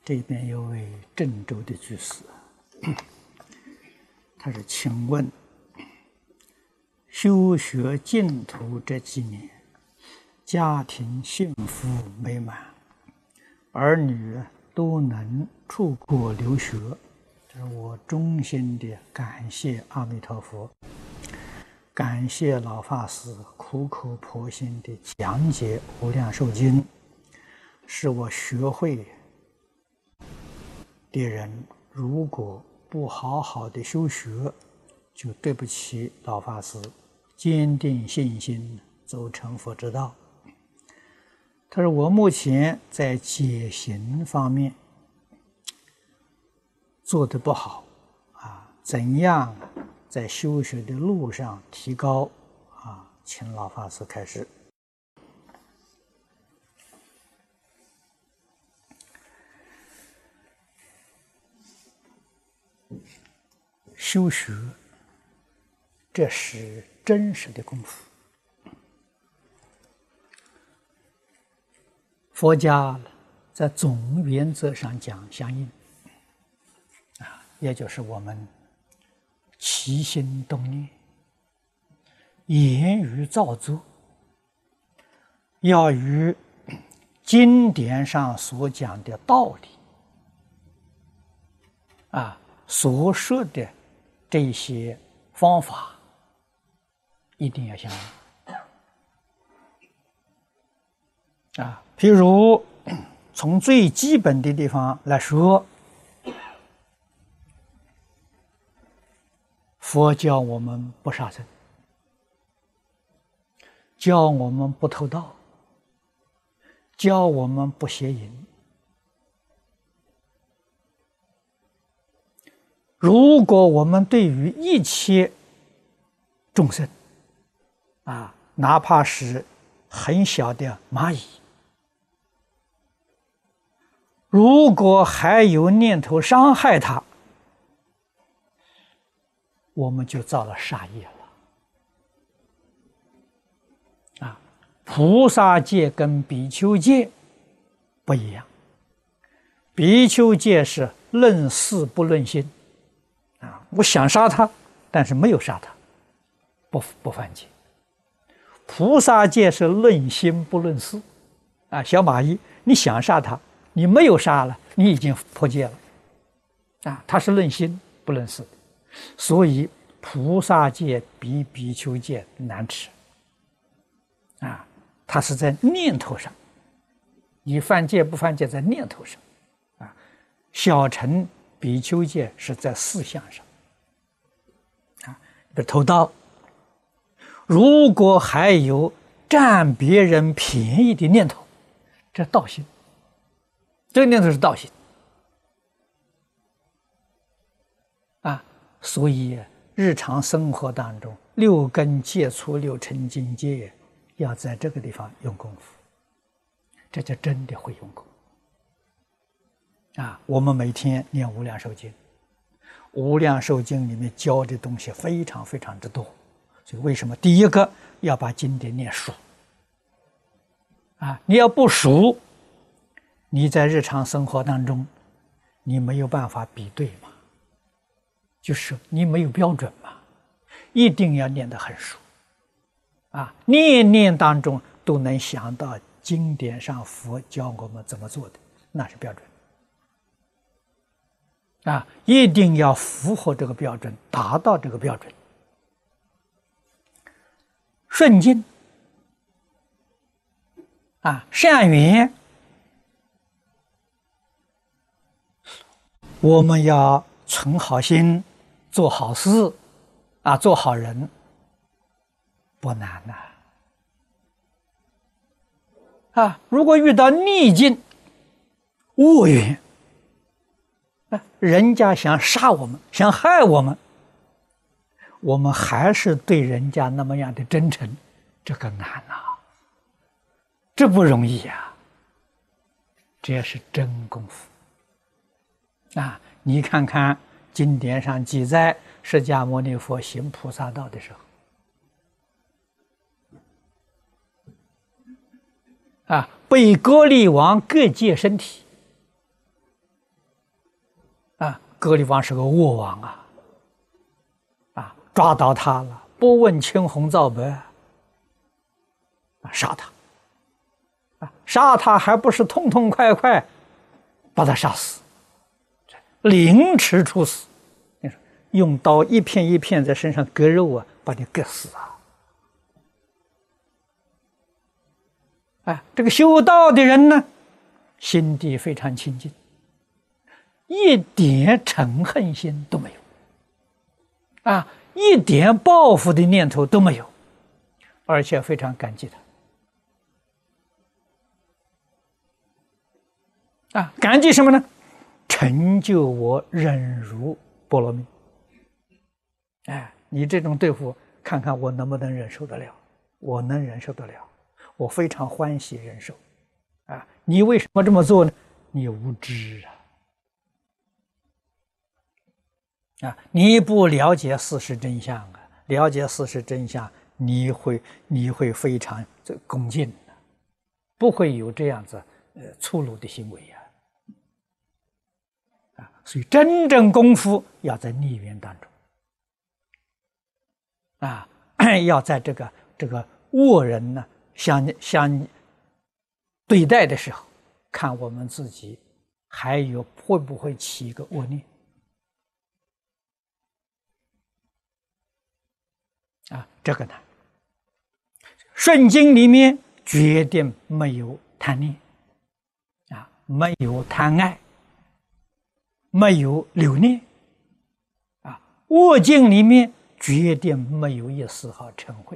这边有位郑州的居士，他说：“请问，修学净土这几年，家庭幸福美满，儿女都能出国留学，这是我衷心的感谢阿弥陀佛，感谢老法师苦口婆心的讲解《无量寿经》，使我学会的人如果不好好的修学，就对不起老法师，坚定信心，走成佛之道。”他说：“我目前在解行方面做得不好怎样在修学的路上提高请老法师开示。”修学，这是真实的功夫。佛家在总原则上讲相应，也就是我们起心动念、言语造作，要与经典上所讲的道理所说的这些方法一定要相应譬如从最基本的地方来说，佛教我们不杀生，教我们不偷盗，教我们不邪淫。如果我们对于一切众生哪怕是很小的蚂蚁，如果还有念头伤害它，我们就造了杀业了。菩萨戒跟比丘戒不一样，比丘戒是论事不论心我想杀他，但是没有杀他，不犯戒。菩萨戒是论心不论事小蚂蚁，你想杀他，你没有杀了，你已经破戒了他是论心不论事，所以菩萨戒比比丘戒难持它是在念头上，你犯戒不犯戒在念头上小乘比丘戒是在事相上比如偷盗，如果还有占别人便宜的念头，这盗心，这个念头是盗心所以日常生活当中六根接触六尘境界要在这个地方用功夫，这就真的会用功我们每天念《无量寿经》，《无量寿经》里面教的东西非常非常之多，所以为什么第一个要把经典念熟你要不熟，你在日常生活当中你没有办法比对嘛，就是你没有标准嘛，一定要念得很熟念当中都能想到经典上佛教我们怎么做的，那是标准一定要符合这个标准，达到这个标准。顺境善缘，我们要存好心，做好事做好人，不难如果遇到逆境恶缘人家想杀我们，想害我们，我们还是对人家那么样的真诚，这个难这不容易这也是真功夫你看看经典上记载释迦牟尼佛行菩萨道的时候被割力王各界身体歌利王是个恶王抓到他了，不问青红皂白，杀他，杀他还不是痛痛快快把他杀死，凌迟处死。你说用刀一片一片在身上割肉把你割死这个修道的人呢，心地非常清净，一点嗔恨心都没有，一点报复的念头都没有，而且非常感激他。感激什么呢？成就我忍辱波罗蜜。你这种对付，看看我能不能忍受得了？我能忍受得了，我非常欢喜忍受。你为什么这么做呢？你无知你不了解事实真相了解事实真相，你会非常恭敬不会有这样子粗鲁的行为所以真正功夫要在逆缘当中要在这个恶人呢相对待的时候，看我们自己还有会不会起一个恶念这个呢，顺经里面决定没有贪念没有贪爱，没有留念恶经里面决定没有一丝毫嗔恚，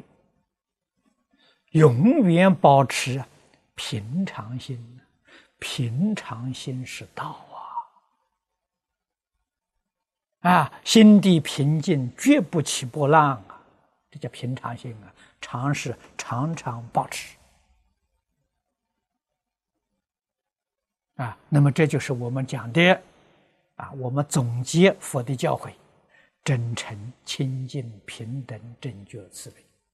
永远保持平常心。平常心是道心地平静，绝不起波浪这叫平常心常常保持那么这就是我们讲的我们总结佛的教诲：真诚、清净、平等、正觉、慈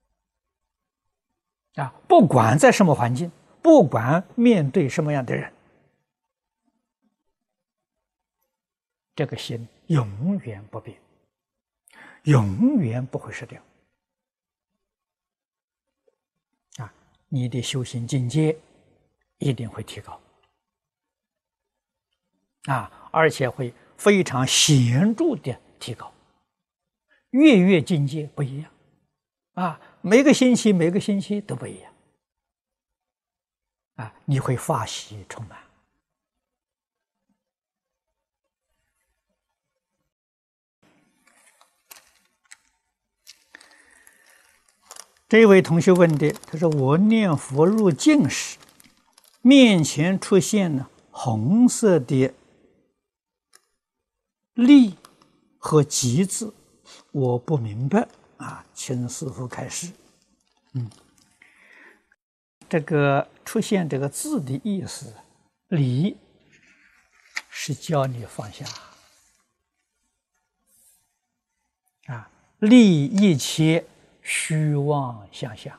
悲不管在什么环境，不管面对什么样的人，这个心永远不变，永远不会失掉你的修行境界一定会提高而且会非常显著的提高，月境界不一样每个星期都不一样你会法喜充满。这位同学问的，他说我念佛入境时，面前出现了红色的利和吉字，我不明白请师父开示。这个出现这个字的意思，理是教你放下利一切虚妄相向。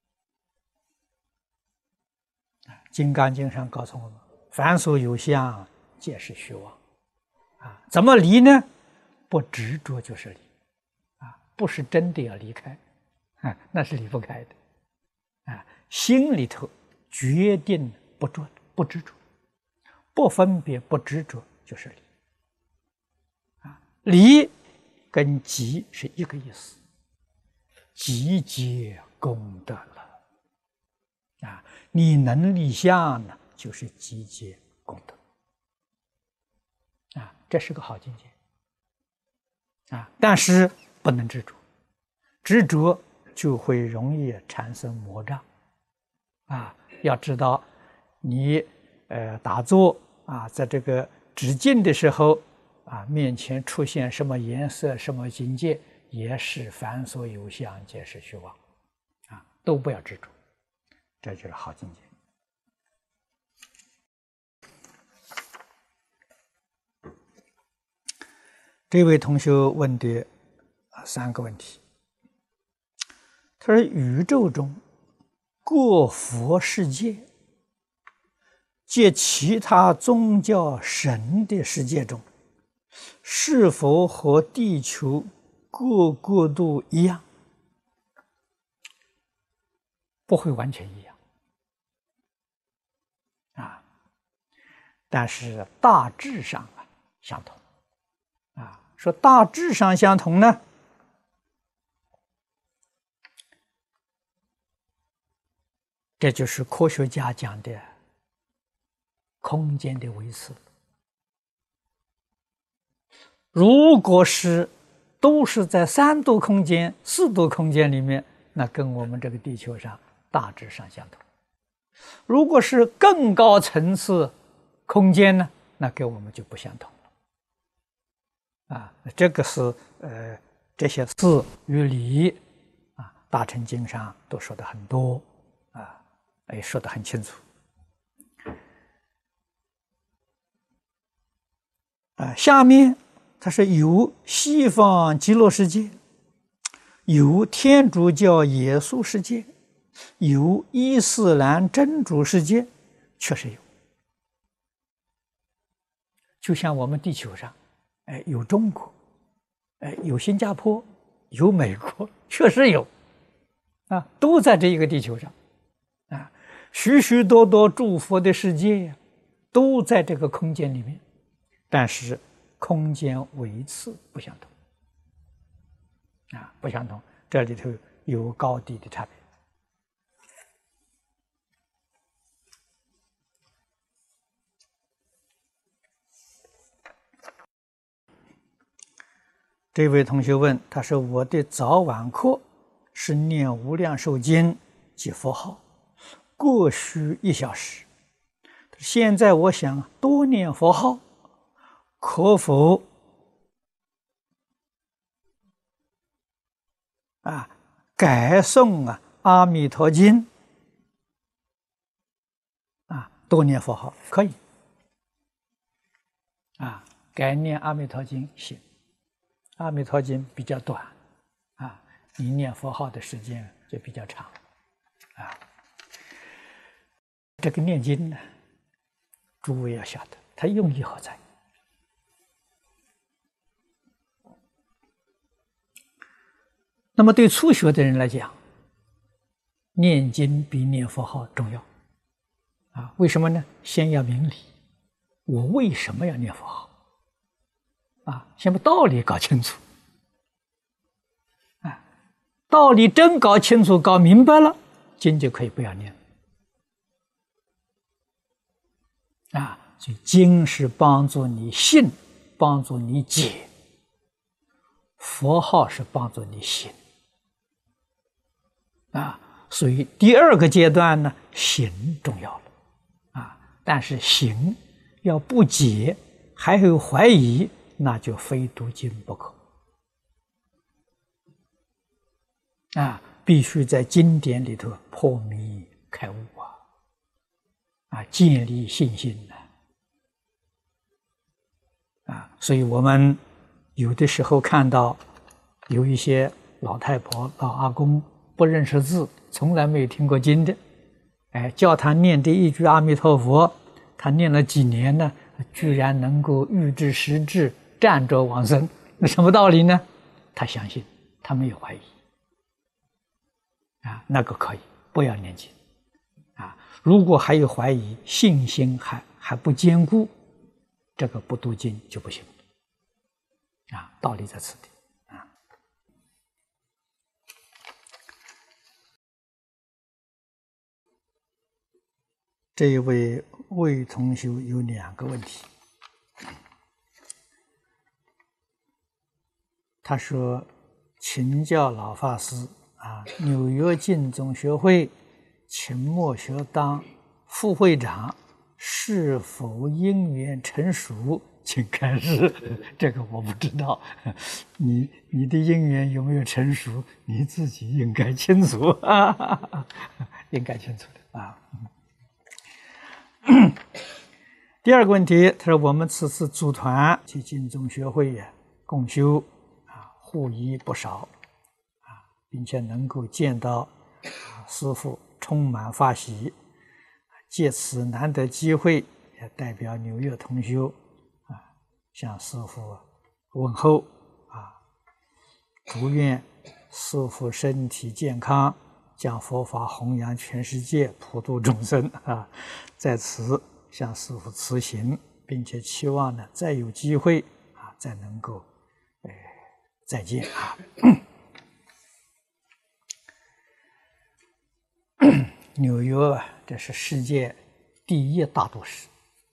金刚经上告诉我们，凡所有相，皆是虚妄怎么离呢？不执着就是离不是真的要离开那是离不开的心里头决定不执着，不分别不执着就是离离跟集是一个意思，集结功德了你能立相呢，就是集结功德这是个好境界但是不能执着，执着就会容易产生魔障要知道你打坐在这个止境的时候面前出现什么颜色什么境界，也是凡所有相，皆是虚妄都不要执着，这就是好境界。这位同学问的3个问题，他说宇宙中各佛世界借其他宗教神的世界中， 是否和地球各国度一样？不会完全一样啊，但是大致上相同啊。说大致上相同呢，这就是科学家讲的空间的维次。如果都是在3度空间、4度空间里面，那跟我们这个地球上大致上相同。如果是更高层次空间呢，那跟我们就不相同了。啊，这个是这些事与理啊，《大乘经》上都说的很多啊，也说得很清楚。下面它是有西方极乐世界，有天主教耶稣世界，有伊斯兰真主世界，确实有。就像我们地球上，有中国，有新加坡，有美国，确实有，啊，都在这一个地球上，啊，许许多多诸佛的世界呀，都在这个空间里面，但是空间维次不相同，啊，不相同，这里头有高低的差别。这位同学问，他说我的早晚课是念无量寿经及佛号，各需1小时。现在我想多念佛号，可否改诵阿弥陀经多念佛号？可以改念阿弥陀经行。阿弥陀经比较短你念佛号的时间就比较长这个念经呢，诸位要晓得它用意何在。那么对初学的人来讲，念经比念佛号重要为什么呢？先要明理，我为什么要念佛号先把道理搞清楚道理真搞清楚、搞明白了，经就可以不要念所以经是帮助你信，帮助你解；佛号是帮助你行所以第2个阶段呢，行重要了但是行要不解，还有怀疑，那就非读经不可必须在经典里头破迷开悟建立信心所以我们有的时候看到有一些老太婆、老阿公不认识字，从来没有听过经的，叫他念这一句阿弥陀佛，他念了几年呢，居然能够预知时至，站着往生，那什么道理呢？他相信，他没有怀疑那个可以不要念经如果还有怀疑，信心还不坚固，这个不读经就不行道理在此地这一位魏同学有2个问题。他说请教老法师纽约净宗学会请默学当副会长是否因缘成熟？请开示。这个我不知道，你的因缘有没有成熟，你自己应该清楚应该清楚的第2个问题，他说我们此次组团去净宗学会共修获益不少并且能够见到师父，充满法喜。借此难得机会，也代表纽约同修向师父问候啊，祝愿师父身体健康，将佛法弘扬全世界，普度众生啊！在此向师父辞行，并且期望呢再有机会啊，再能够再见啊！纽约啊，这是世界第一大都市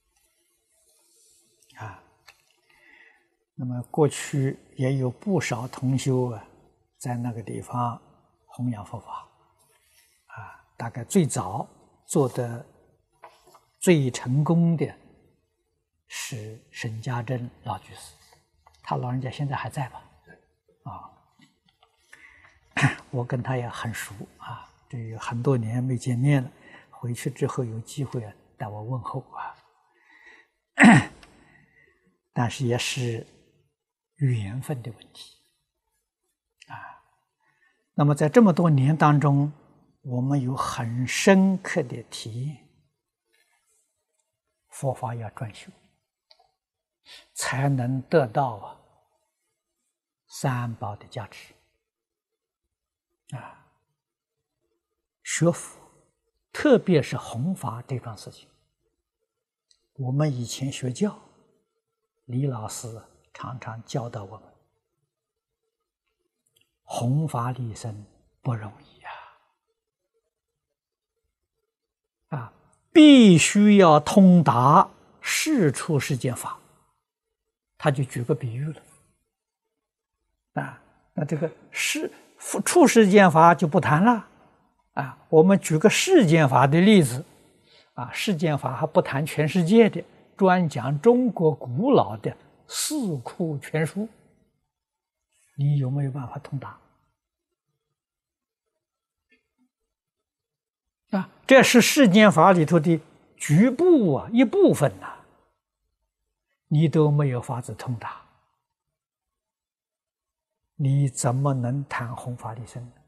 啊。那么过去也有不少同修啊，在那个地方弘扬佛法啊。大概最早做的最成功的是沈家珍老居士，他老人家现在还在吧？啊，我跟他也很熟啊，这有很多年没见面了，回去之后有机会带我问候啊。但是也是缘分的问题啊。那么在这么多年当中，我们有很深刻的体验，佛法要专修，才能得到三宝的加持啊。学佛，特别是弘法这桩事情，我们以前学教，李老师常常教导我们，弘法利生不容易啊！必须要通达世出世间法。他就举个比喻了啊，那这个出世间法就不谈了啊。我们举个世间法的例子啊，世间法还不谈全世界的，专讲中国古老的四库全书，你有没有办法通达啊？这是世间法里头的局部啊，一部分啊，你都没有法子通达，你怎么能谈弘法利生呢？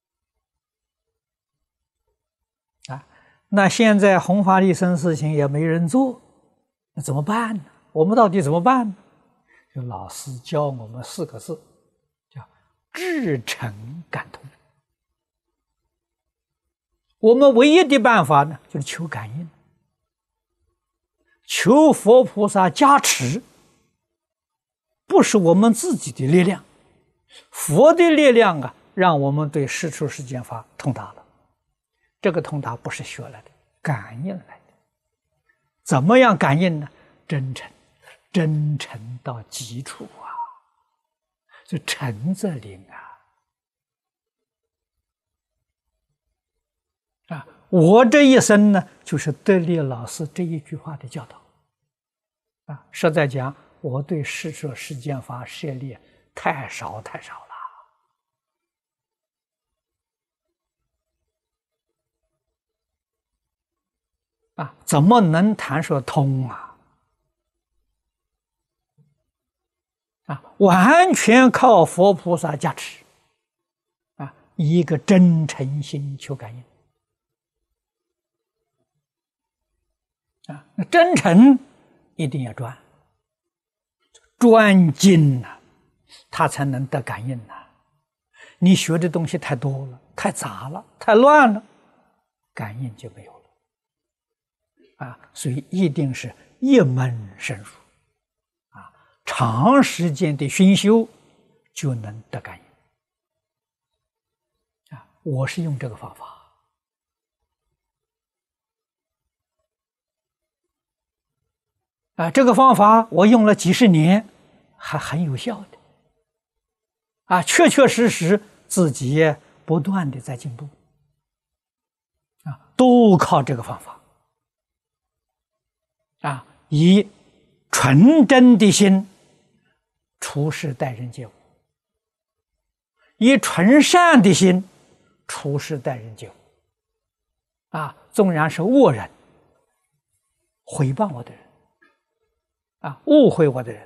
啊，那现在弘法利生事情也没人做，那怎么办呢？我们到底怎么办呢？就老师教我们4个字，叫至诚感通。我们唯一的办法呢，就是求感应，求佛菩萨加持，不是我们自己的力量，佛的力量啊，让我们对世出世间法通达了。这个通达不是学来的，感应来的。怎么样感应呢？真诚，真诚到极处啊！就诚则灵啊！我这一生呢，就是得力老师这一句话的教导啊。实在讲，我对世出世间法涉猎太少了啊！怎么能谈说通啊？完全靠佛菩萨加持啊！一个真诚心求感应啊！那真诚一定要专精呐，他才能得感应呐。你学的东西太多了，太杂了，太乱了，感应就没有了啊！所以一定是一门深入啊，长时间的熏修就能得感应啊！我是用这个方法啊，这个方法我用了几十年，还很有效的啊，确实自己不断的在进步啊，都靠这个方法啊，以纯真的心处事待人接物，以纯善的心处事待人接物啊，纵然是恶人、诽谤我的人啊，误会我的人，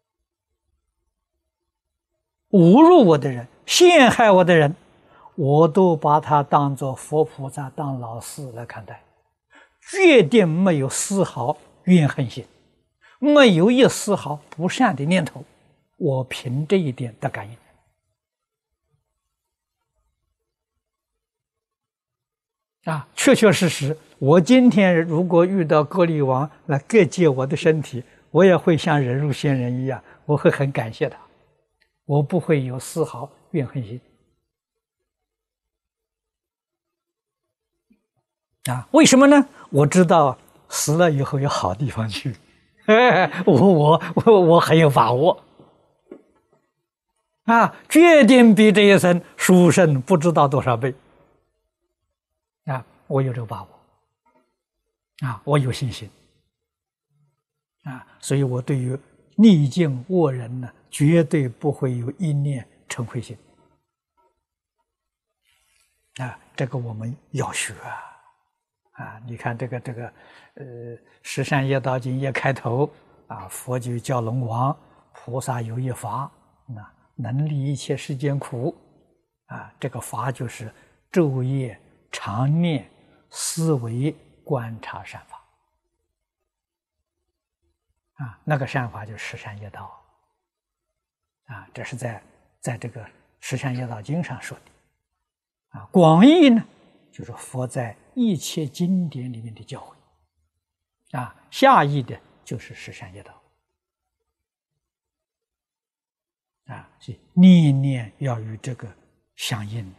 侮辱我的人，陷害我的人，我都把他当作佛菩萨，当老师来看待，决定没有丝毫怨恨心，没有一丝毫不善的念头， 我凭这一点的感应。确确实实，我今天如果遇到歌利王来各借我的身体，我也会像忍辱仙人一样，我会很感谢他，我不会有丝毫怨恨心。为什么呢？我知道死了以后有好地方去，我很有把握。决定比这一生殊胜不知道多少倍。我有这个把握。我有信心。所以我对于逆境恶人呢，绝对不会有一念嗔恚心。这个我们要学你看这个十善业道经一开头佛就教龙王，菩萨有一法，能离一切世间苦。这个法就是昼夜常念思维观察善法。那个善法就是十善业道。这是在这个十善业道经上说的。广义呢，就是佛在一切经典里面的教诲。下义的就是十善业道。所以念念要与这个相应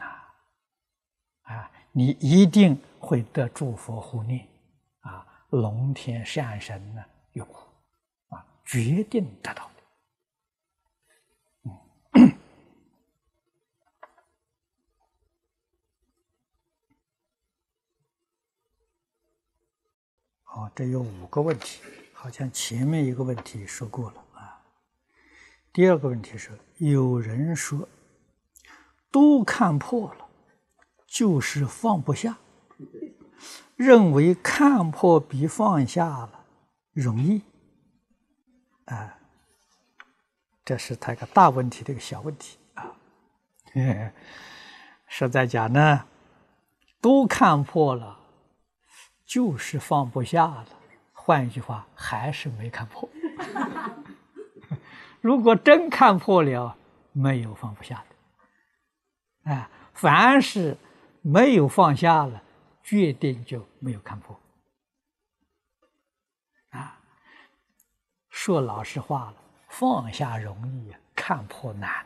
你一定会得诸佛护念龙天善神呢拥护决定得到的。这有5个问题，好像前面一个问题说过了第二个问题是，有人说都看破了，就是放不下，认为看破比放下了容易。这是他一个大问题的一个小问题实在讲呢，都看破了，就是放不下了。换一句话，还是没看破。如果真看破了，没有放不下的。凡是没有放下了，决定就没有看破。说老实话了，放下容易，看破难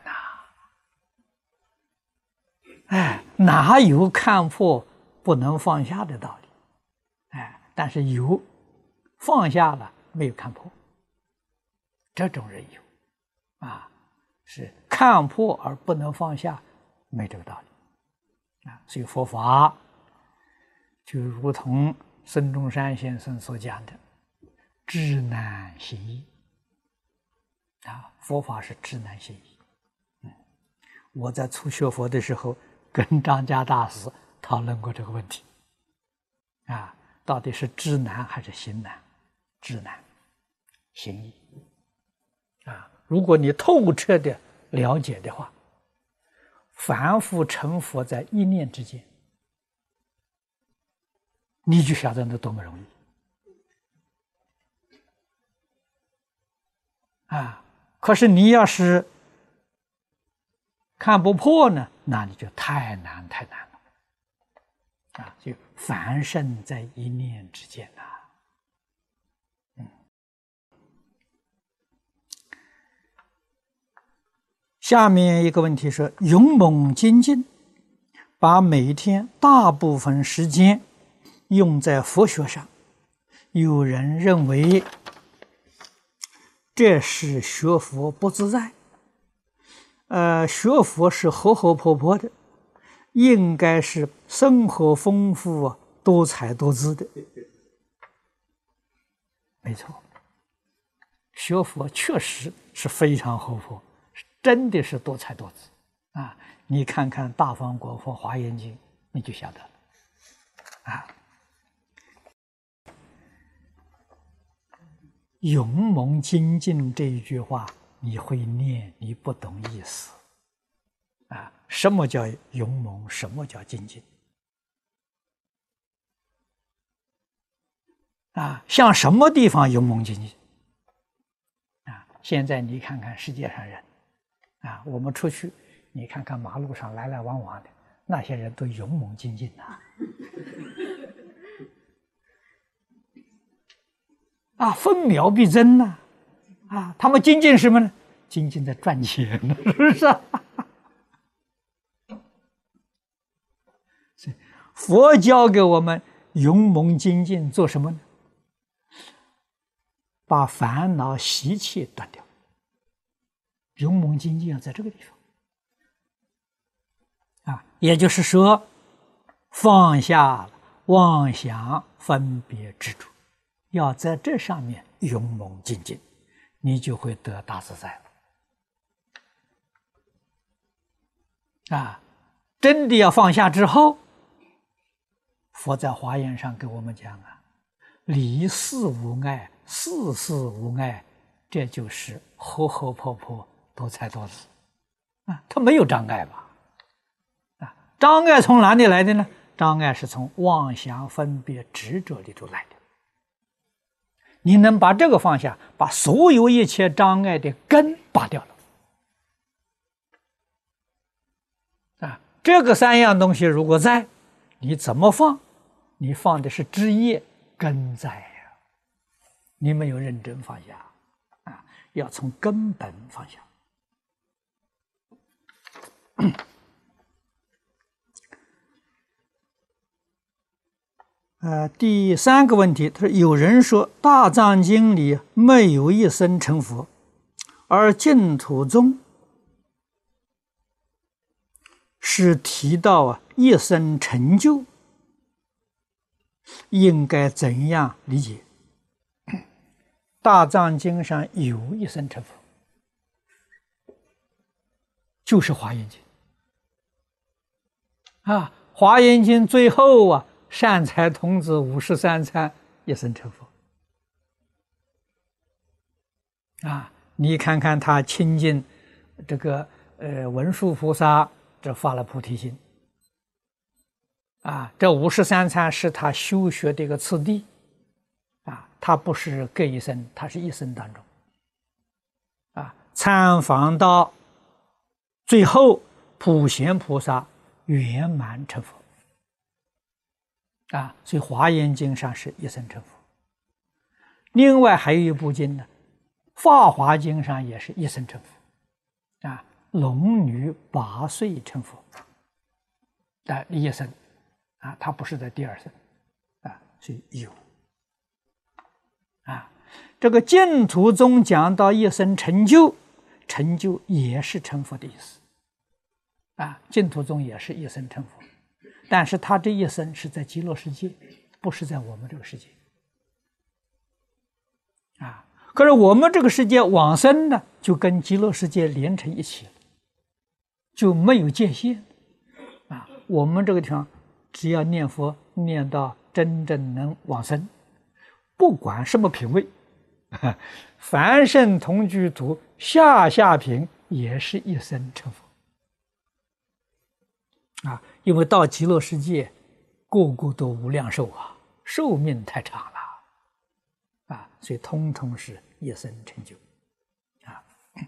哪有看破不能放下的道理？但是有放下了没有看破，这种人有。是看破而不能放下，没这个道理。所以佛法就如同孙中山先生所讲的，知难行易。佛法是知难行易。我在初学佛的时候，跟张家大师讨论过这个问题。到底是知难还是行难？知难行易。如果你透彻的了解的话，凡夫成佛在一念之间，你就晓得那多么容易可是你要是看不破呢，那你就太难了就凡圣在一念之间下面一个问题是，勇猛精进，把每天大部分时间用在佛学上，有人认为这是学佛不自在。学佛是活活泼泼的，应该是生活丰富多彩多姿的。没错，学佛确实是非常活泼，真的是多彩多姿你看看《大方广佛华严经》，你就晓得了勇猛精进这一句话，你会念，你不懂意思什么叫勇猛？什么叫精进？像什么地方勇猛精进？现在你看看世界上人啊，我们出去，你看看马路上来来往往的那些人都勇猛精进呐，啊，分秒必争呐，啊，他们精进什么呢？精进在赚钱呢，是不是啊？所以佛教给我们勇猛精进做什么呢？把烦恼习气断掉。勇猛精进要在这个地方啊，也就是说，放下妄想、分别、执着，要在这上面勇猛精进，你就会得大自在了。啊，真的要放下之后，佛在华严上给我们讲啊，离事无碍，事事无碍，这就是活活泼泼、多才多姿啊，它没有障碍吧？啊，障碍从哪里来的呢？障碍是从妄想、分别、执着里头来的。你能把这个放下，把所有一切障碍的根拔掉了。啊，这个三样东西如果在，你怎么放？你放的是枝叶，根在呀。你没有认真放下啊，要从根本放下。第三个问题，他说有人说《大藏经》里没有一生成佛，而净土宗是提到一生成就，应该怎样理解？大藏经上有一生成佛，就是华严经啊，华严经最后善财童子53参一生成佛啊！你看看他亲近这个文殊菩萨，这发了菩提心啊！这53参是他修学的一个次第啊，他不是各一生，他是一生当中啊，参访到最后普贤菩萨圆满成佛。啊，所以《华严经》上是一生成佛。另外还有一部经呢，《法华经》上也是一生成佛。啊，龙女8岁成佛，一生啊，他不是在第二生啊，所以有啊。这个净土宗讲到一生成就，成就也是成佛的意思啊。净土宗也是一生成佛。但是他这一生是在极乐世界，不是在我们这个世界啊。可是我们这个世界往生呢，就跟极乐世界连成一起了，就没有界限啊。我们这个地方只要念佛念到真正能往生，不管什么品位，凡圣同居土下品也是一生成佛啊。因为到极乐世界，个个都无量寿啊，寿命太长了啊，所以通通是一生成就啊。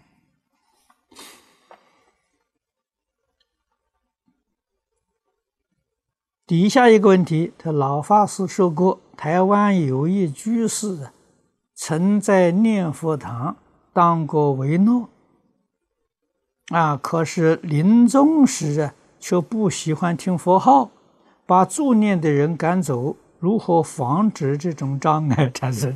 底下一个问题，他老法师说过，台湾有一居士曾在念佛堂当过维诺啊，可是临终时却不喜欢听佛号，把助念的人赶走，如何防止这种障碍产生？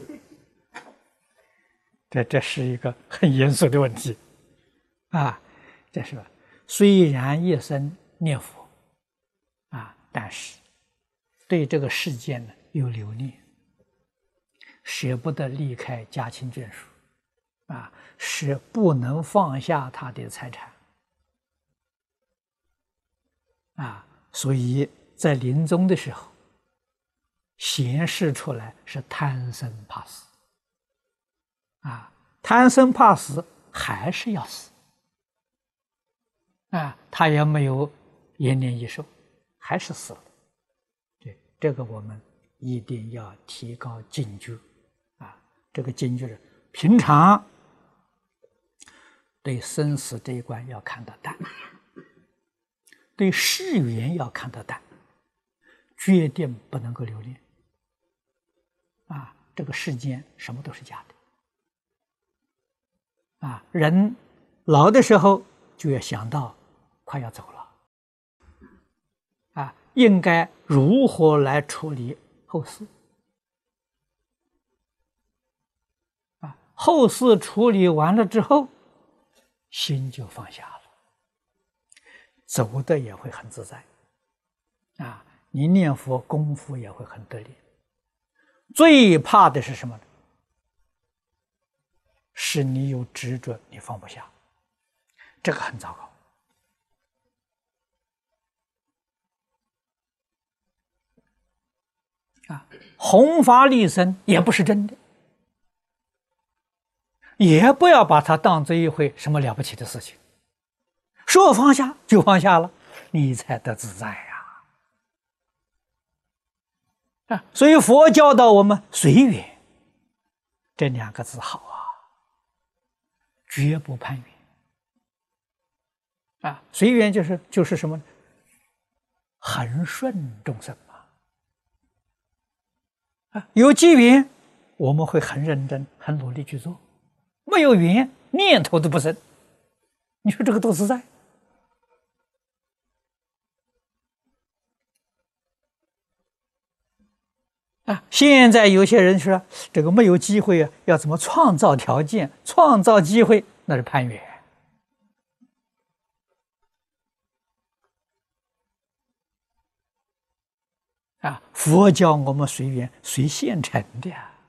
这是一个很严肃的问题啊！这是虽然一生念佛啊，但是对这个世界呢有留恋，舍不得离开家亲眷属啊，是不能放下他的财产啊，所以在临终的时候显示出来是贪生怕死啊，贪生怕死还是要死啊，他也没有延年益寿，还是死了。对，这个我们一定要提高警觉啊！这个警觉是平常对生死这一关要看得淡，对世缘要看得淡，决定不能够留恋。这个世间什么都是假的。人老的时候就要想到快要走了，应该如何来处理后事。后事处理完了之后，心就放下了，走的也会很自在。你念佛功夫也会很得力。最怕的是什么呢？是你有执着，你放不下，这个很糟糕。弘法利生也不是真的，也不要把它当做一回什么了不起的事情。说放下就放下了，你才得自在呀。所以佛教导我们随缘，这两个字好绝不攀缘。随缘就是什么呢？恒顺众生有机缘我们会很认真很努力去做，没有缘念头都不生，你说这个多自在。现在有些人说这个没有机会要怎么创造条件创造机会，那是攀缘。佛教我们随缘随现成的，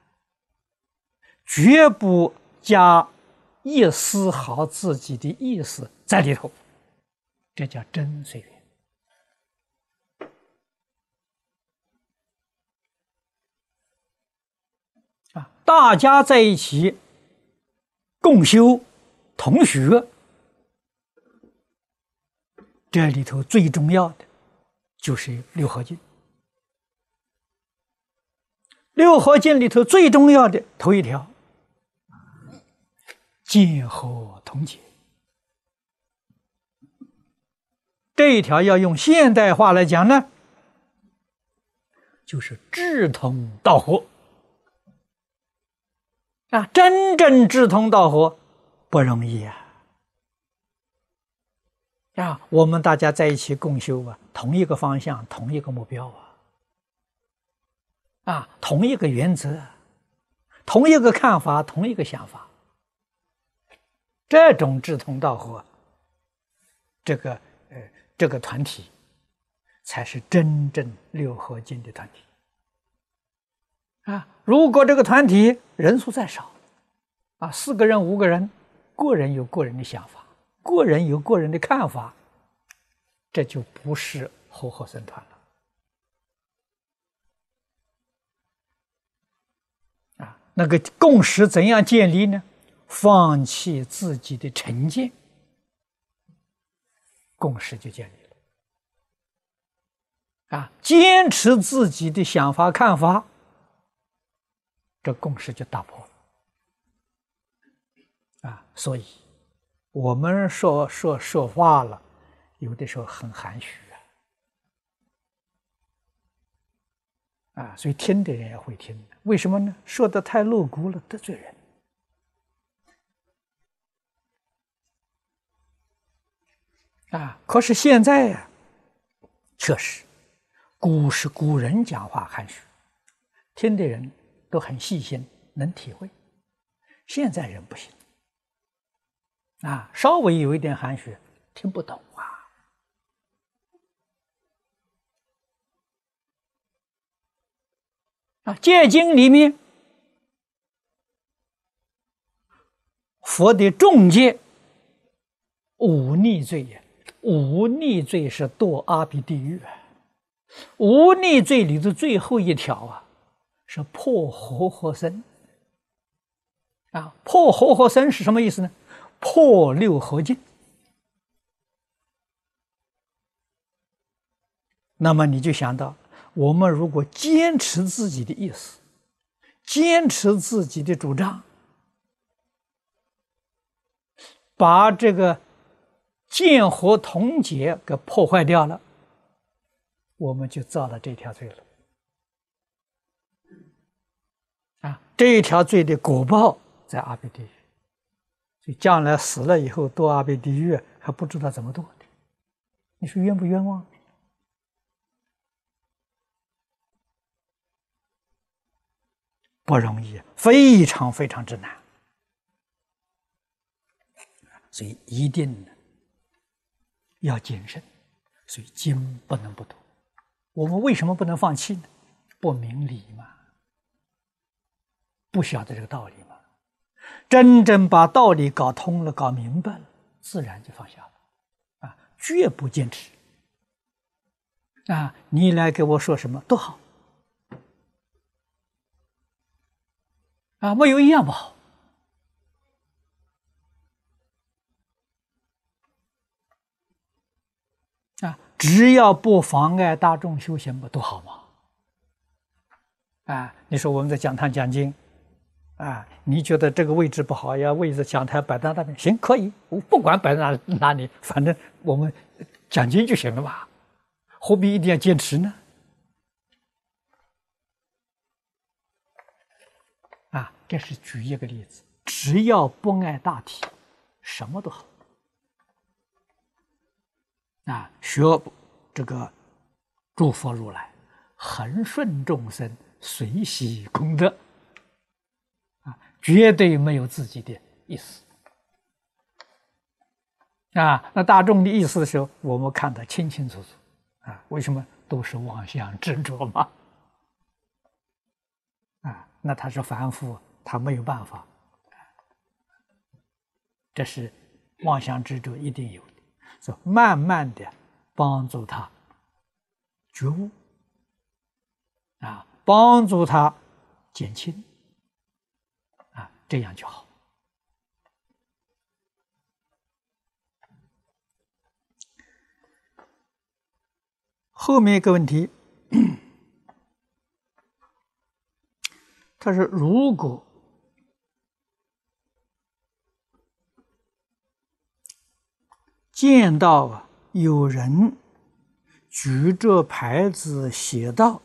绝不加一丝毫自己的意思在里头，这叫真随缘。大家在一起共修同学，这里头最重要的就是六合敬。六合敬里头最重要的头一条，见合同解。这一条要用现代话来讲呢，就是志同道合。真正志同道合不容易我们大家在一起共修同一个方向，同一个目标同一个原则，同一个看法，同一个想法，这种志同道合，这个团体才是真正六合敬的团体。如果这个团体人数再少，4个人5个人，个人有个人的想法，个人有个人的看法，这就不是和合僧团了。那个共识怎样建立呢？放弃自己的成见，共识就建立了。坚持自己的想法看法，这共识就打破了。所以我们说话了，有的时候很含蓄所以听的人也会听。为什么呢？说的太露骨了，得罪人。可是现在确实，古人讲话含蓄，听的人都很细心，能体会。现在人不行稍微有一点含蓄，听不懂戒经里面，佛的重戒五逆罪也，五逆罪是堕阿鼻地狱五逆罪里的最后一条是破和合僧破和合僧是什么意思呢？破六合敬。那么你就想到，我们如果坚持自己的意思，坚持自己的主张， 把这个见合同解给破坏掉了，我们就造了这条罪了。这一条罪的果报在阿鼻地狱，所以将来死了以后堕阿鼻地狱还不知道怎么堕的，你说冤不冤枉？不容易，非常非常之难，所以一定要谨慎。所以经不能不读。我们为什么不能放弃呢？不明理嘛，不晓得这个道理嘛。真正把道理搞通了、搞明白了，自然就放下了，绝不坚持。你来给我说什么都好，没有一样不好。只要不妨碍大众修行，不都好吗？你说我们在讲堂讲经，你觉得这个位置不好呀？位置讲台摆在那边，行，可以，我不管摆在哪里，反正我们讲经就行了吧，何必一定要坚持呢？这是举一个例子，只要不碍大体，什么都好。学这个诸佛如来，恒顺众生，随喜功德，绝对没有自己的意思。那大众的意思的时候，我们看得清清楚楚。为什么？都是妄想执着嘛。那他是凡夫，他没有办法。这是妄想执着一定有的。所以慢慢的帮助他觉悟，帮助他减轻，这样就好。后面一个问题，他说如果见到有人举着牌子写道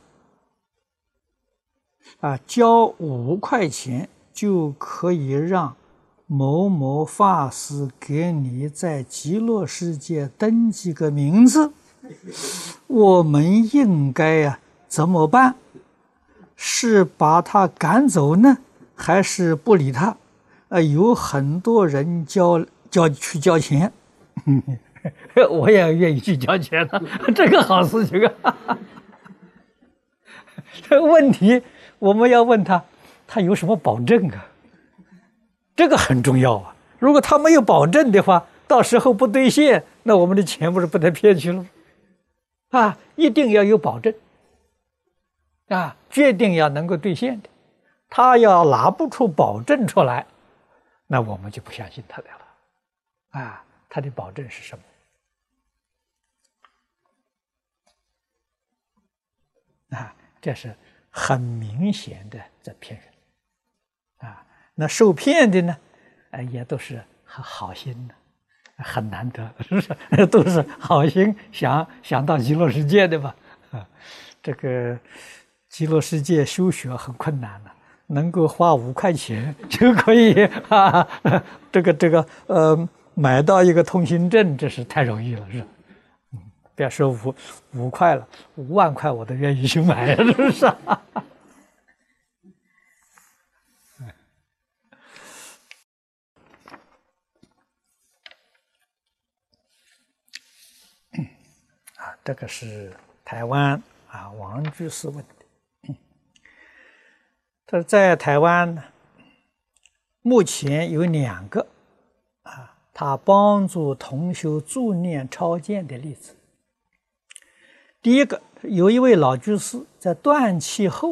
交5块钱就可以让某某法师给你在极乐世界登记个名字，我们应该怎么办？是把他赶走呢，还是不理他？有很多人去交钱。我也愿意去交钱了，这个好事情这个问题我们要问他，他有什么保证这个很重要如果他没有保证的话，到时候不兑现，那我们的钱不是被他骗去了一定要有保证决定要能够兑现的。他要拿不出保证出来，那我们就不相信他的了他的保证是什么？这是很明显的在骗人那受骗的呢，也都是好心的，很难得，是不是？都是好心想到极乐世界的吧？这个极乐世界修学很困难的，能够花5块钱就可以这个买到一个通行证，这是太容易了，是吧？别说5块了，5万块我都愿意去买，是不是？这个是台湾王居士问的。他说在台湾呢，目前有2个他帮助同修助念超荐的例子。第一个，有一位老居士在断气后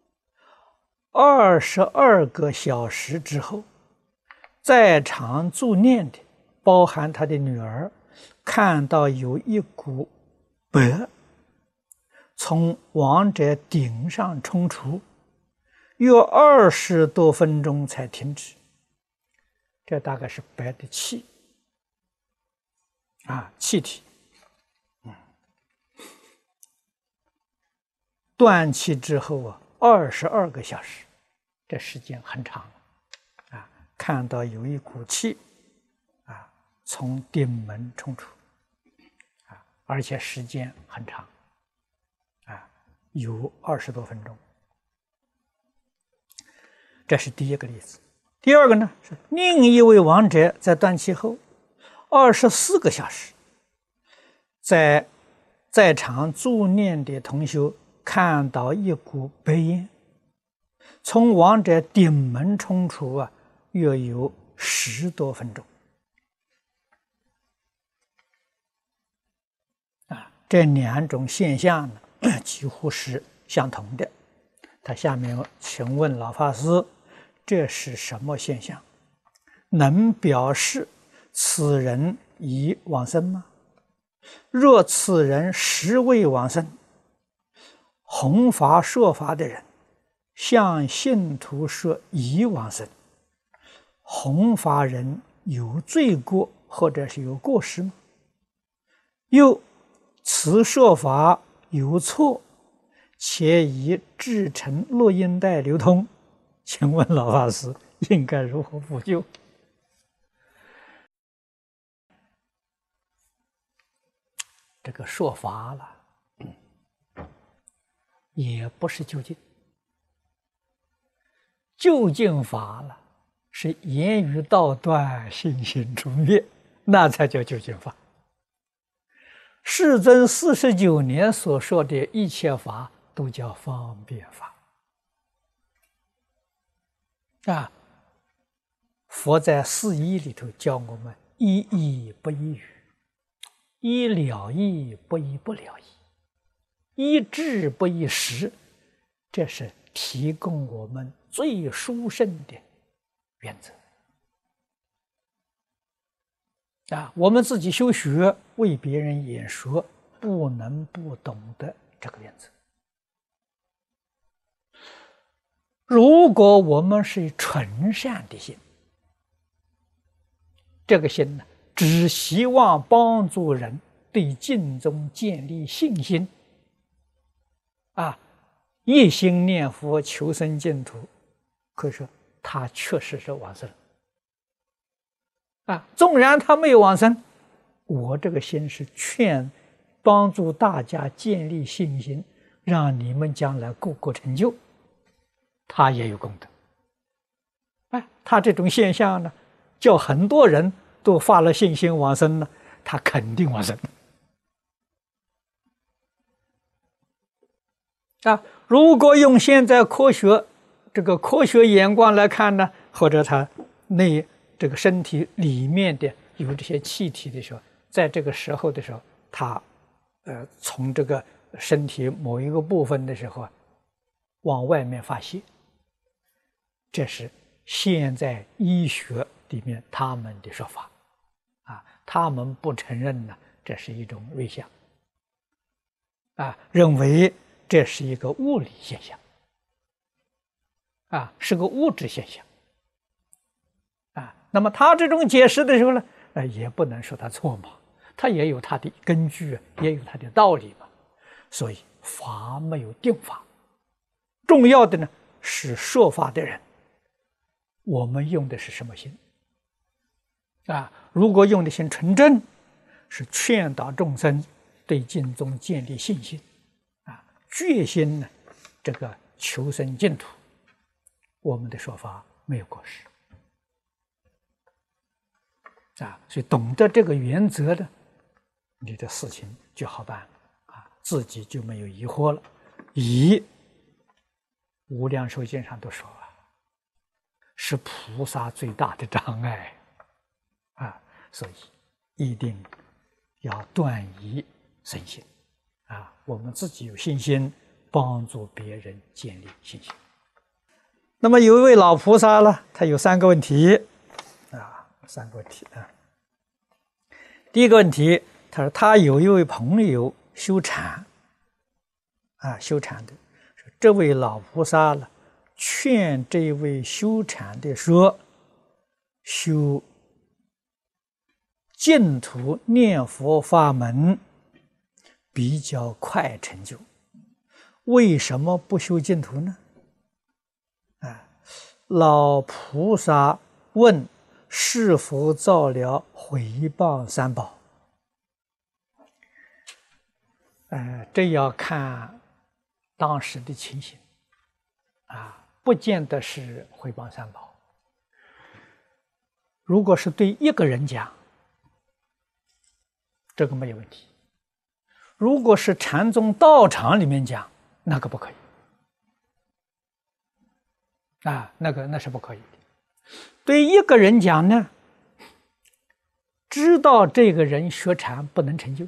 22个小时之后，在场助念的包含他的女儿，看到有一股白从亡者顶上冲出，约20多分钟才停止。这大概是白的气气体，断气之后22个小时，这时间很长看到有一股气从顶门冲出而且时间很长有20多分钟。这是第一个例子。第二个呢，是另一位亡者在断气后24个小时，在场助念的同修看到一股白烟从亡者顶门冲出约有10多分钟这两种现象呢几乎是相同的。他下面请问老法师，这是什么现象？能表示此人已往生吗？若此人实未往生，弘法说法的人向信徒说已往生，弘法人有罪过或者是有过失吗？又此说法有错，且已制成录音带流通，请问老法师应该如何补救？这个说法了也不是究竟，究竟法了是言语道断，信心出灭，那才叫究竟法。世尊49年所说的一切法都叫方便法佛在4义里头教我们一义不一语，一了义不一不了义，一智不一识，这是提供我们最殊胜的原则我们自己修学为别人演说不能不懂得这个原则。如果我们是纯善的心，这个心呢，只希望帮助人对净宗建立信心一心念佛求生净土，可以说他确实是往生纵然他没有往生，我这个心是帮助大家建立信心，让你们将来个个成就，他也有功德他这种现象呢，叫很多人都发了信心往生了，他肯定往生如果用现在科学眼光来看呢，或者他这个身体里面的有这些气体的时候，在这个时候的时候，他从这个身体某一个部分的时候往外面发泄，这是现在医学里面他们的说法他们不承认呢，这是一种瑞相认为这是一个物理现象是个物质现象那么他这种解释的时候呢也不能说他错嘛，他也有他的根据也有他的道理嘛。所以法没有定法，重要的呢是说法的人我们用的是什么心如果用的心纯正，是劝导众生对净宗建立信心决心呢这个求生净土，我们的说法没有过失所以懂得这个原则的，你的事情就好办自己就没有疑惑了。无量寿经上都说是菩萨最大的障碍所以一定要断疑生信我们自己有信心，帮助别人建立信心。那么有一位老菩萨呢，他有3个问题第一个问题，他说他有一位朋友修禅修禅的，这位老菩萨呢劝这位修禅的说，修净土念佛法门比较快成就。为什么不修净土呢？老菩萨问是否造了毁谤三宝？这要看当时的情形不见得是毁谤三宝。如果是对一个人讲，这个没有问题；如果是禅宗道场里面讲，那个不可以那是不可以的。对一个人讲呢，知道这个人学禅不能成就，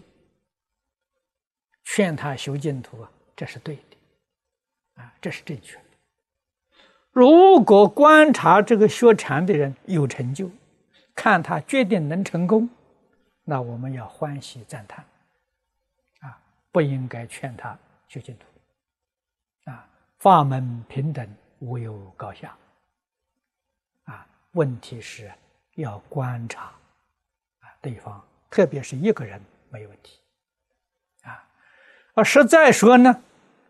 劝他修净土这是对的这是正确的。如果观察这个学禅的人有成就，看他决定能成功，那我们要欢喜赞叹不应该劝他修净土法门平等，无有高下问题是要观察对方，特别是一个人没有问题实在说呢，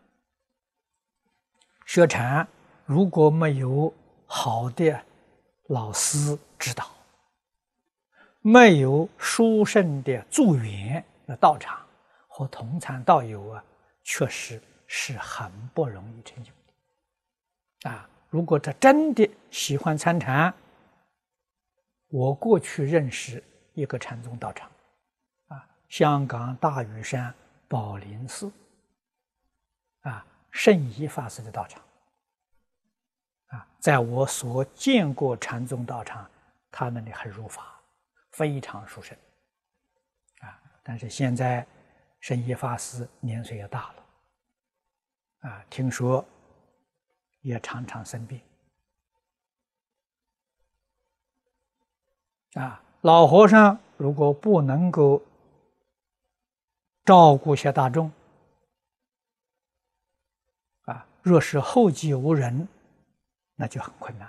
学禅如果没有好的老师指导，没有殊胜的助缘的道场和同参道友确实是很不容易成就的如果他真的喜欢参禅，我过去认识一个禅宗道场香港大屿山宝林寺圣依法师的道场在我所见过禅宗道场，他那里很如法，非常殊胜但是现在圣依法师年岁也大了听说也常常生病老和尚如果不能够照顾些大众若是后继无人，那就很困难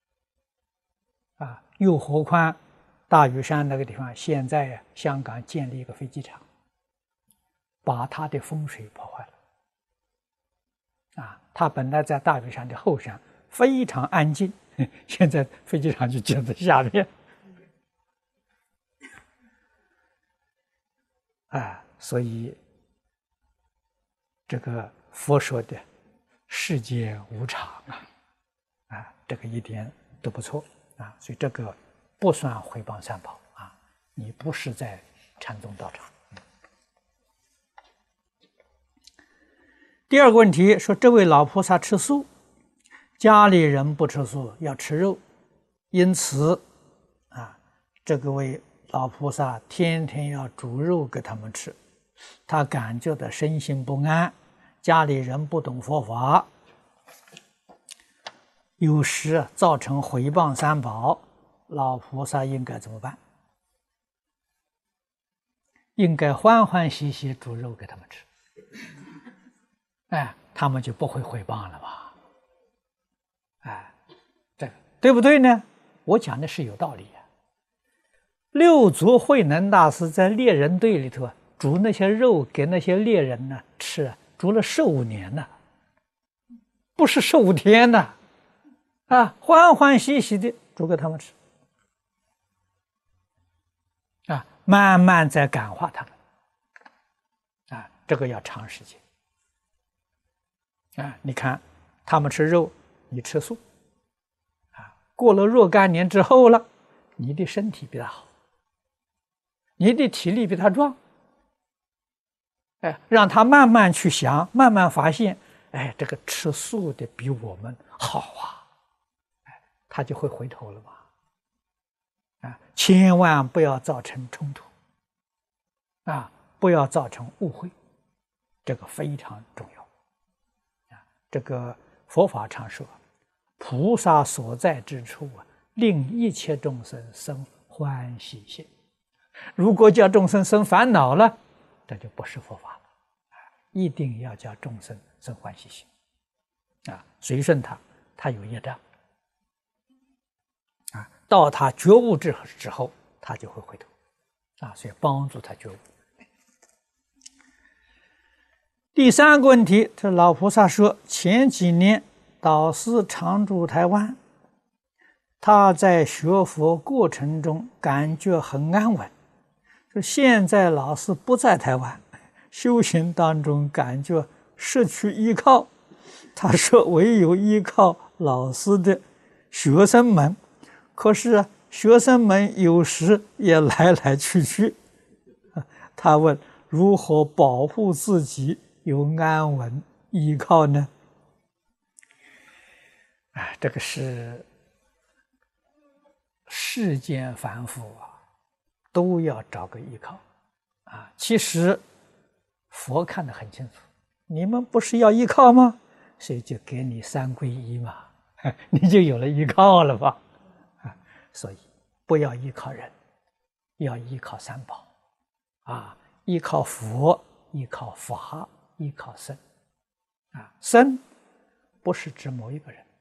了又何况大屿山那个地方现在香港建立一个飞机场，把它的风水破坏了它本来在大屿山的后山非常安静，现在飞机场就建在下面所以这个佛说的世界无常这个一点都不错所以这个不算毁谤三宝你不是在禅宗道场。第二个问题说，这位老菩萨吃素，家里人不吃素，要吃肉，因此这个位老菩萨天天要煮肉给他们吃，他感觉到身心不安，家里人不懂佛法，有时造成毁谤三宝，老菩萨应该怎么办？应该欢欢喜喜煮肉给他们吃，他们就不会毁谤了吧？这个对不对呢？我讲的是有道理六祖慧能大师在猎人队里头煮那些肉给那些猎人呢吃，煮了15年呢，不是15天呢，欢欢喜喜的煮给他们吃，慢慢在感化他们，这个要长时间，你看他们吃肉，你吃素，过了若干年之后了，你的身体比他好，你的体力比他壮，让他慢慢去想，慢慢发现，这个吃素的比我们好他就会回头了吧？千万不要造成冲突，不要造成误会，这个非常重要。这个佛法常说，菩萨所在之处令一切众生生欢喜心。如果叫众生生烦恼了，这就不是佛法了。一定要叫众生生欢喜心随顺他有业障到他觉悟之后，他就会回头所以帮助他觉悟。第三个问题，这老菩萨说，前几年导师常驻台湾，他在学佛过程中感觉很安稳。说现在老师不在台湾，修行当中感觉失去依靠。他说唯有依靠老师的学生们，可是学生们有时也来来去去。他问如何保护自己有安稳依靠呢？这个是世间凡夫都要找个依靠其实佛看得很清楚，你们不是要依靠吗？所以就给你三皈依嘛，你就有了依靠了吧？所以不要依靠人，要依靠三宝依靠佛，依靠法，依靠僧僧不是指某一个人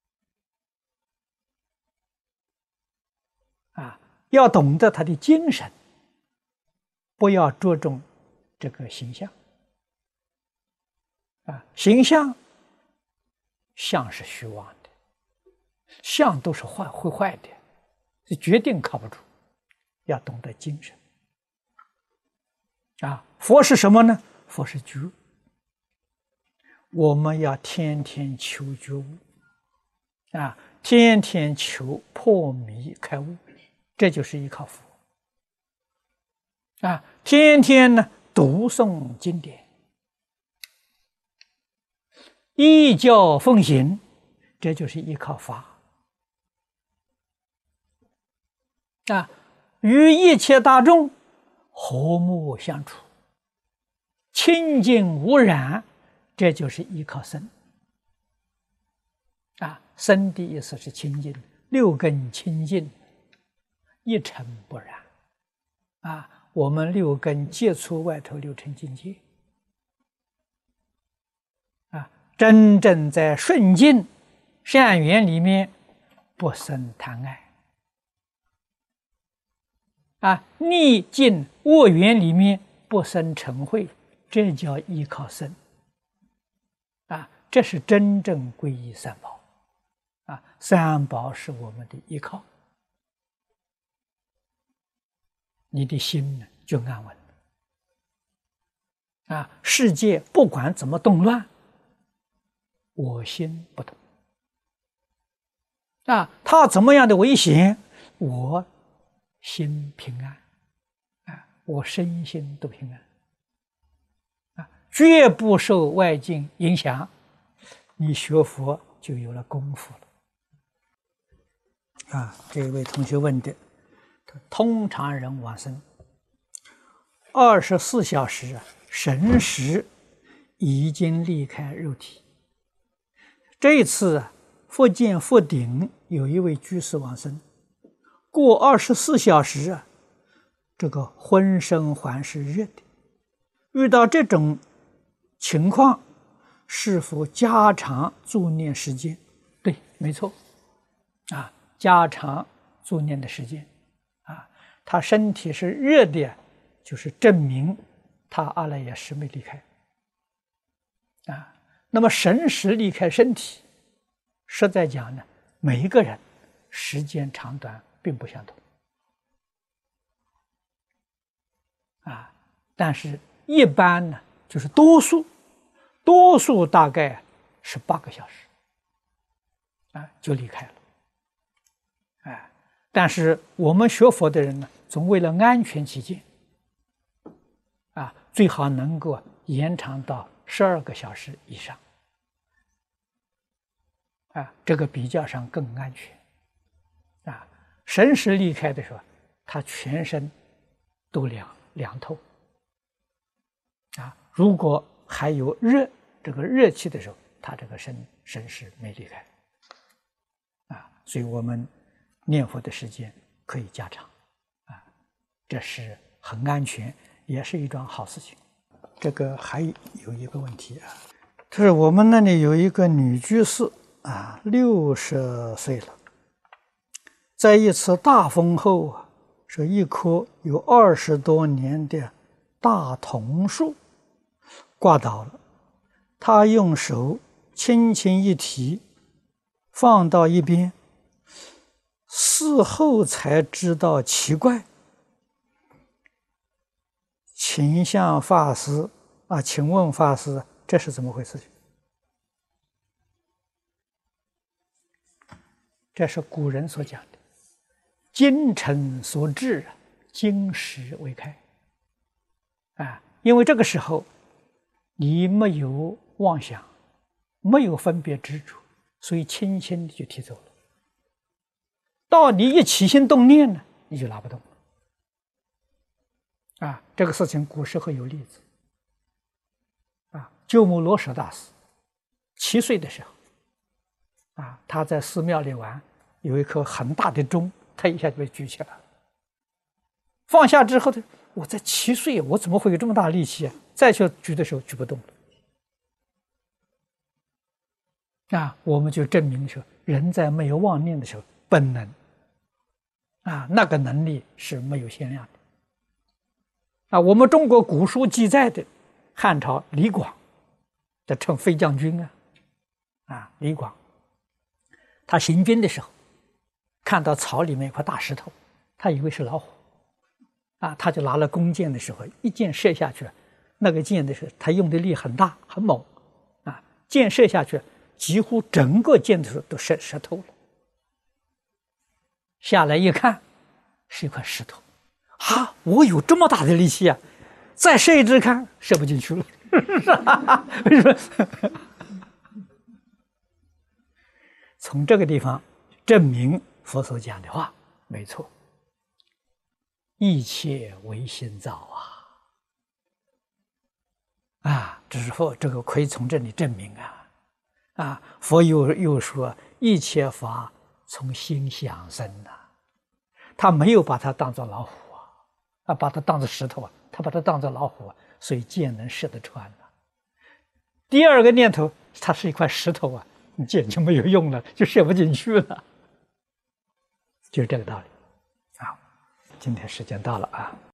要懂得他的精神，不要着重这个形象形象是虚妄的，相都是会坏的，是决定靠不住。要懂得精神佛是什么呢？佛是觉，我们要天天求觉悟天天求破迷开悟，这就是依靠佛天天呢读诵经典，依教奉行，这就是依靠法与一切大众和睦相处，清净无染，这就是依靠僧僧的意思是清净，六根清净，一尘不染我们六根接触外头六尘境界真正在顺境善缘里面不生贪爱逆境恶缘里面不生嗔恚，这叫依靠僧这是真正皈依三宝三宝是我们的依靠，你的心呢就安稳了世界不管怎么动乱，我心不动他怎么样的危险，我心平安我身心都平安绝不受外境影响，你学佛就有了功夫了这位同学问的，通常人往生24小时神识已经离开肉体。这一次福建福鼎有一位居士往生，过24小时这个浑身还是热的。遇到这种情况，是否加长助念时间？对，没错加长助念的时间他身体是热的，就是证明他阿赖耶识没离开那么神识离开身体，实在讲呢，每一个人时间长短并不相同但是一般呢，就是多数大概是8个小时就离开了但是我们学佛的人呢，总为了安全起见最好能够延长到12个小时以上这个比较上更安全神识离开的时候，他全身都凉透如果还有这个热气的时候，他这个神识没离开所以我们念佛的时间可以加长这是很安全，也是一桩好事情。这个还有一个问题就是我们那里有一个女居士60岁了，在一次大风后说一棵有20多年的大桐树挂倒了，他用手轻轻一提，放到一边，事后才知道奇怪。请向法师请问法师，这是怎么回事？这是古人所讲的精诚所至，金石为开因为这个时候你没有妄想，没有分别执着，所以轻轻的就提走了。到你一起心动念呢，你就拿不动了这个事情古时候有例子鸠摩罗什大师7岁的时候他在寺庙里玩，有一颗很大的钟，他一下就被举起来了。放下之后呢，我在7岁，我怎么会有这么大力气再去举的时候举不动了我们就证明说，人在没有妄念的时候，本能那个能力是没有限量的我们中国古书记载的汉朝李广，这称飞将军李广，他行军的时候看到草里面一块大石头，他以为是老虎他就拿了弓箭的时候，一箭射下去，那个箭的时候他用的力很大很猛箭射下去，几乎整个箭头都射透了。下来一看，是一块石头我有这么大的力气再射一支看，射不进去了为什么？从这个地方证明佛所讲的话没错，一切唯心造这是佛，这个可以从这里证明佛又说一切法从心想生他没有把它当作老虎把它当作石头他把它当作老虎所以箭能射得穿第二个念头，它是一块石头你箭就没有用了，就射不进去了，就是这个道理今天时间到了